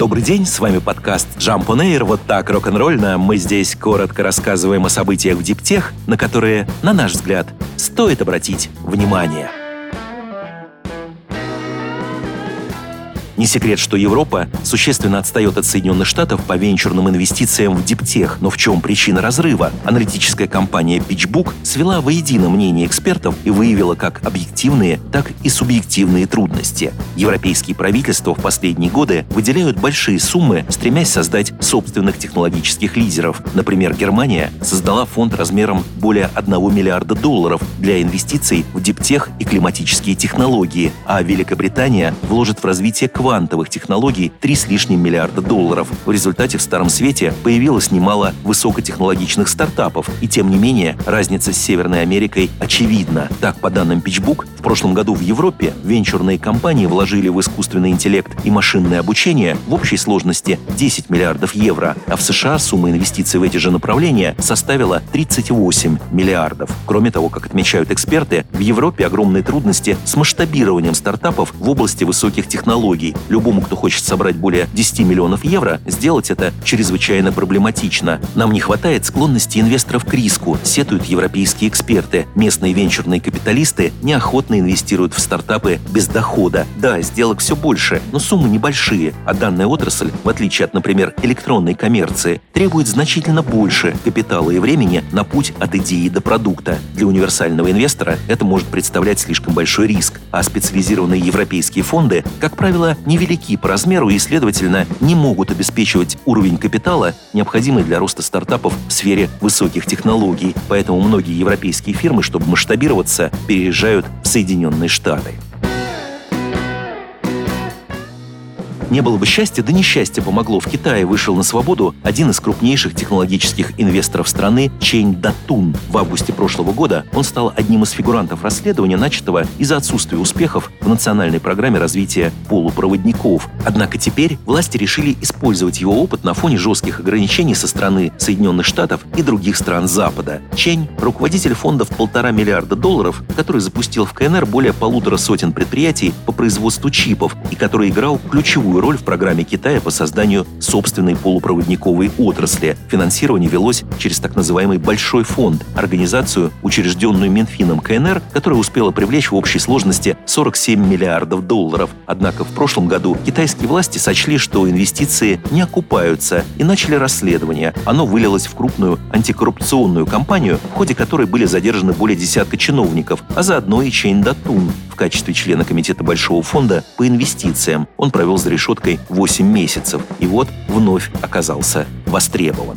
Добрый день, с вами подкаст Jump on Air. Вот так рок-н-ролльно. Мы здесь коротко рассказываем о событиях в диптех, на которые, на наш взгляд, стоит обратить внимание. Не секрет, что Европа существенно отстает от Соединенных Штатов по венчурным инвестициям в диптех. Но в чем причина разрыва? Аналитическая компания PitchBook свела воедино мнение экспертов и выявила как объективные, так и субъективные трудности. Европейские правительства в последние годы выделяют большие суммы, стремясь создать собственных технологических лидеров. Например, Германия создала фонд размером более $1 миллиарда для инвестиций в диптех и климатические технологии, а Великобритания вложит в развитие квантовых технологий $3 с лишним миллиарда. В результате в Старом Свете появилось немало высокотехнологичных стартапов, и тем не менее разница с Северной Америкой очевидна. Так, по данным PitchBook, в прошлом году в Европе венчурные компании вложили в искусственный интеллект и машинное обучение в общей сложности €10 миллиардов, а в США сумма инвестиций в эти же направления составила 38 миллиардов. Кроме того, как отмечают эксперты, в Европе огромные трудности с масштабированием стартапов в области высоких технологий. Любому, кто хочет собрать более €10 миллионов, сделать это чрезвычайно проблематично. Нам не хватает склонности инвесторов к риску, сетуют европейские эксперты. Местные венчурные капиталисты неохотно инвестируют в стартапы без дохода. Да, сделок все больше, но суммы небольшие, а данная отрасль, в отличие от, например, электронной коммерции, требует значительно больше капитала и времени на путь от идеи до продукта. Для универсального инвестора это может представлять слишком большой риск, а специализированные европейские фонды, как правило, невелики по размеру и, следовательно, не могут обеспечивать уровень капитала, необходимый для роста стартапов в сфере высоких технологий. Поэтому многие европейские фирмы, чтобы масштабироваться, переезжают в Соединенные Штаты. Не было бы счастья, да несчастье помогло. В Китае вышел на свободу один из крупнейших технологических инвесторов страны Чэнь Датун. В августе прошлого года он стал одним из фигурантов расследования, начатого из-за отсутствия успехов в национальной программе развития полупроводников. Однако теперь власти решили использовать его опыт на фоне жестких ограничений со стороны Соединенных Штатов и других стран Запада. Чэнь – руководитель фонда в $1,5 миллиарда, который запустил в КНР более 150 предприятий по производству чипов и который играл ключевую роль в программе Китая по созданию собственной полупроводниковой отрасли. Финансирование велось через так называемый «Большой фонд», организацию, учрежденную Минфином КНР, которая успела привлечь в общей сложности $47 миллиардов. Однако в прошлом году китайские власти сочли, что инвестиции не окупаются, и начали расследование. Оно вылилось в крупную антикоррупционную кампанию, в ходе которой были задержаны более десятка чиновников, а заодно и Чэнь Датун в качестве члена комитета Большого фонда по инвестициям. Он провел за решеткой 8 месяцев и вот вновь оказался востребован.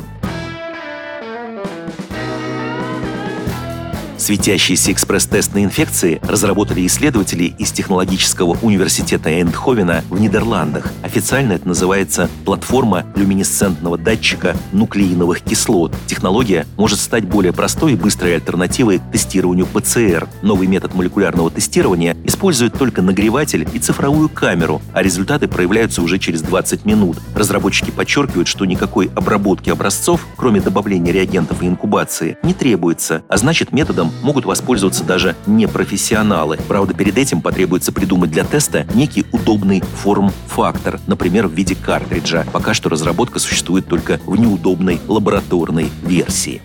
Светящиеся экспресс-тест на инфекции разработали исследователи из Технологического университета Эйндховена в Нидерландах. Официально это называется платформа люминесцентного датчика нуклеиновых кислот. Технология может стать более простой и быстрой альтернативой тестированию ПЦР. Новый метод молекулярного тестирования использует только нагреватель и цифровую камеру, а результаты проявляются уже через 20 минут. Разработчики подчеркивают, что никакой обработки образцов, кроме добавления реагентов и инкубации, не требуется, а значит, методом могут воспользоваться даже непрофессионалы. Правда, перед этим потребуется придумать для теста некий удобный форм-фактор, например, в виде картриджа. Пока что разработка существует только в неудобной лабораторной версии.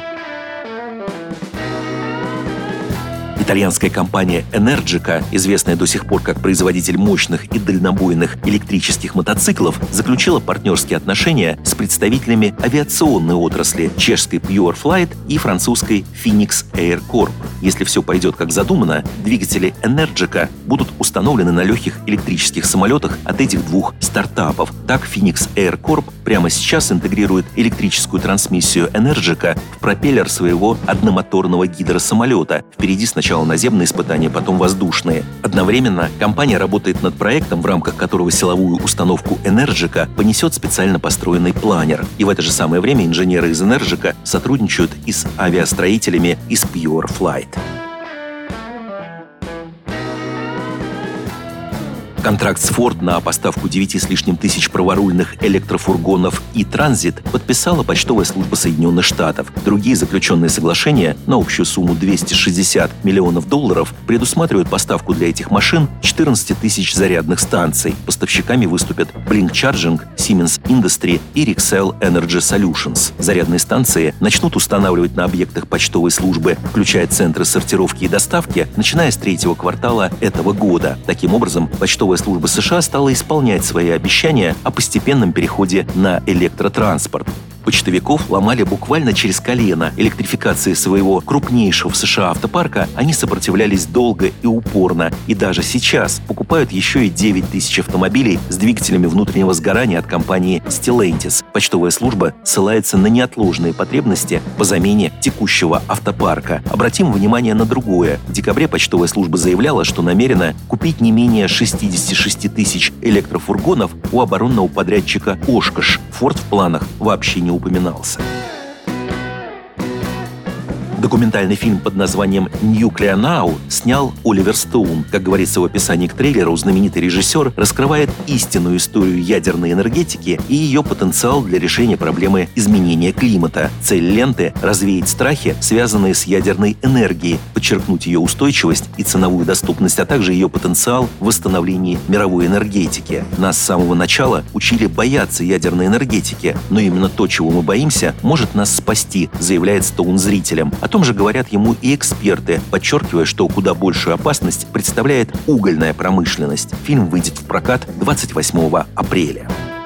Итальянская компания Energica, известная до сих пор как производитель мощных и дальнобойных электрических мотоциклов, заключила партнерские отношения с представителями авиационной отрасли чешской PureFlight и французской Phoenix Air Corp. Если все пойдет как задумано, двигатели Energica будут установлены на легких электрических самолетах от этих двух стартапов. Так, Phoenix Air Corp прямо сейчас интегрирует электрическую трансмиссию Energica в пропеллер своего одномоторного гидросамолета. Впереди сначала наземные испытания, потом воздушные. Одновременно компания работает над проектом, в рамках которого силовую установку Energica понесет специально построенный планер. И в это же самое время инженеры из Energica сотрудничают и с авиастроителями из PureFlight. Контракт с Ford на поставку 9 с лишним тысяч праворульных электрофургонов и Transit подписала почтовая служба Соединенных Штатов. Другие заключенные соглашения на общую сумму $260 миллионов предусматривают поставку для этих машин 14 тысяч зарядных станций. Поставщиками выступят Blink Charging, Siemens Industry и Rexel Energy Solutions. Зарядные станции начнут устанавливать на объектах почтовой службы, включая центры сортировки и доставки, начиная с 3-го квартала этого года. Таким образом, почтовая служба США стала исполнять свои обещания о постепенном переходе на электротранспорт. Почтовиков ломали буквально через колено. Электрификации своего крупнейшего в США автопарка они сопротивлялись долго и упорно. И даже сейчас покупают еще и 9 тысяч автомобилей с двигателями внутреннего сгорания от компании Stellantis. Почтовая служба ссылается на неотложные потребности по замене текущего автопарка. Обратим внимание на другое. В декабре почтовая служба заявляла, что намерена купить не менее 66 тысяч электрофургонов у оборонного подрядчика Oshkosh. Ford в планах вообще не упоминался. Документальный фильм под названием «Nuclear Now» снял Оливер Стоун. Как говорится в описании к трейлеру, знаменитый режиссер раскрывает истинную историю ядерной энергетики и ее потенциал для решения проблемы изменения климата. Цель ленты – развеять страхи, связанные с ядерной энергией, подчеркнуть ее устойчивость и ценовую доступность, а также ее потенциал в восстановлении мировой энергетики. Нас с самого начала учили бояться ядерной энергетики, но именно то, чего мы боимся, может нас спасти, заявляет Стоун зрителям. О том же говорят ему и эксперты, подчеркивая, что куда большую опасность представляет угольная промышленность. Фильм выйдет в прокат 28 апреля.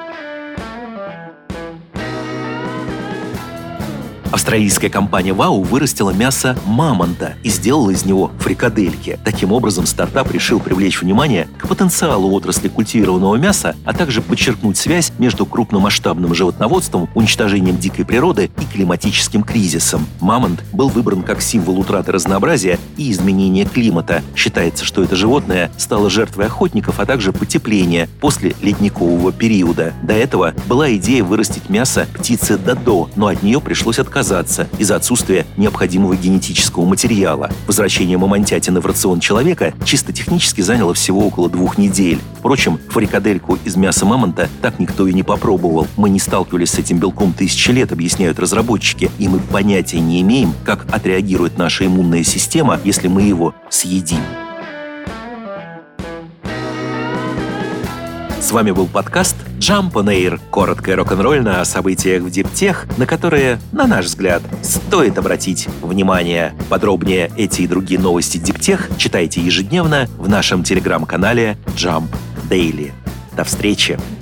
Австралийская компания Wow вырастила мясо мамонта и сделала из него фрикадельки. Таким образом, стартап решил привлечь внимание к потенциалу отрасли культивированного мяса, а также подчеркнуть связь между крупномасштабным животноводством, уничтожением дикой природы и климатическим кризисом. Мамонт был выбран как символ утраты разнообразия и изменения климата. Считается, что это животное стало жертвой охотников, а также потепления после ледникового периода. До этого была идея вырастить мясо птицы додо, но от нее пришлось отказаться из-за отсутствия необходимого генетического материала. Возвращение мамонтятины в рацион человека чисто технически заняло всего около 2 недель. Впрочем, фрикадельку из мяса мамонта так никто и не попробовал. Мы не сталкивались с этим белком 1000 лет, объясняют разработчики, и мы понятия не имеем, как отреагирует наша иммунная система, если мы его съедим. С вами был подкаст Jump on Air. Коротко и рок-н-ролльно о событиях в диптех, на которые, на наш взгляд, стоит обратить внимание. Подробнее эти и другие новости диптех читайте ежедневно в нашем телеграм-канале Jump Daily. До встречи!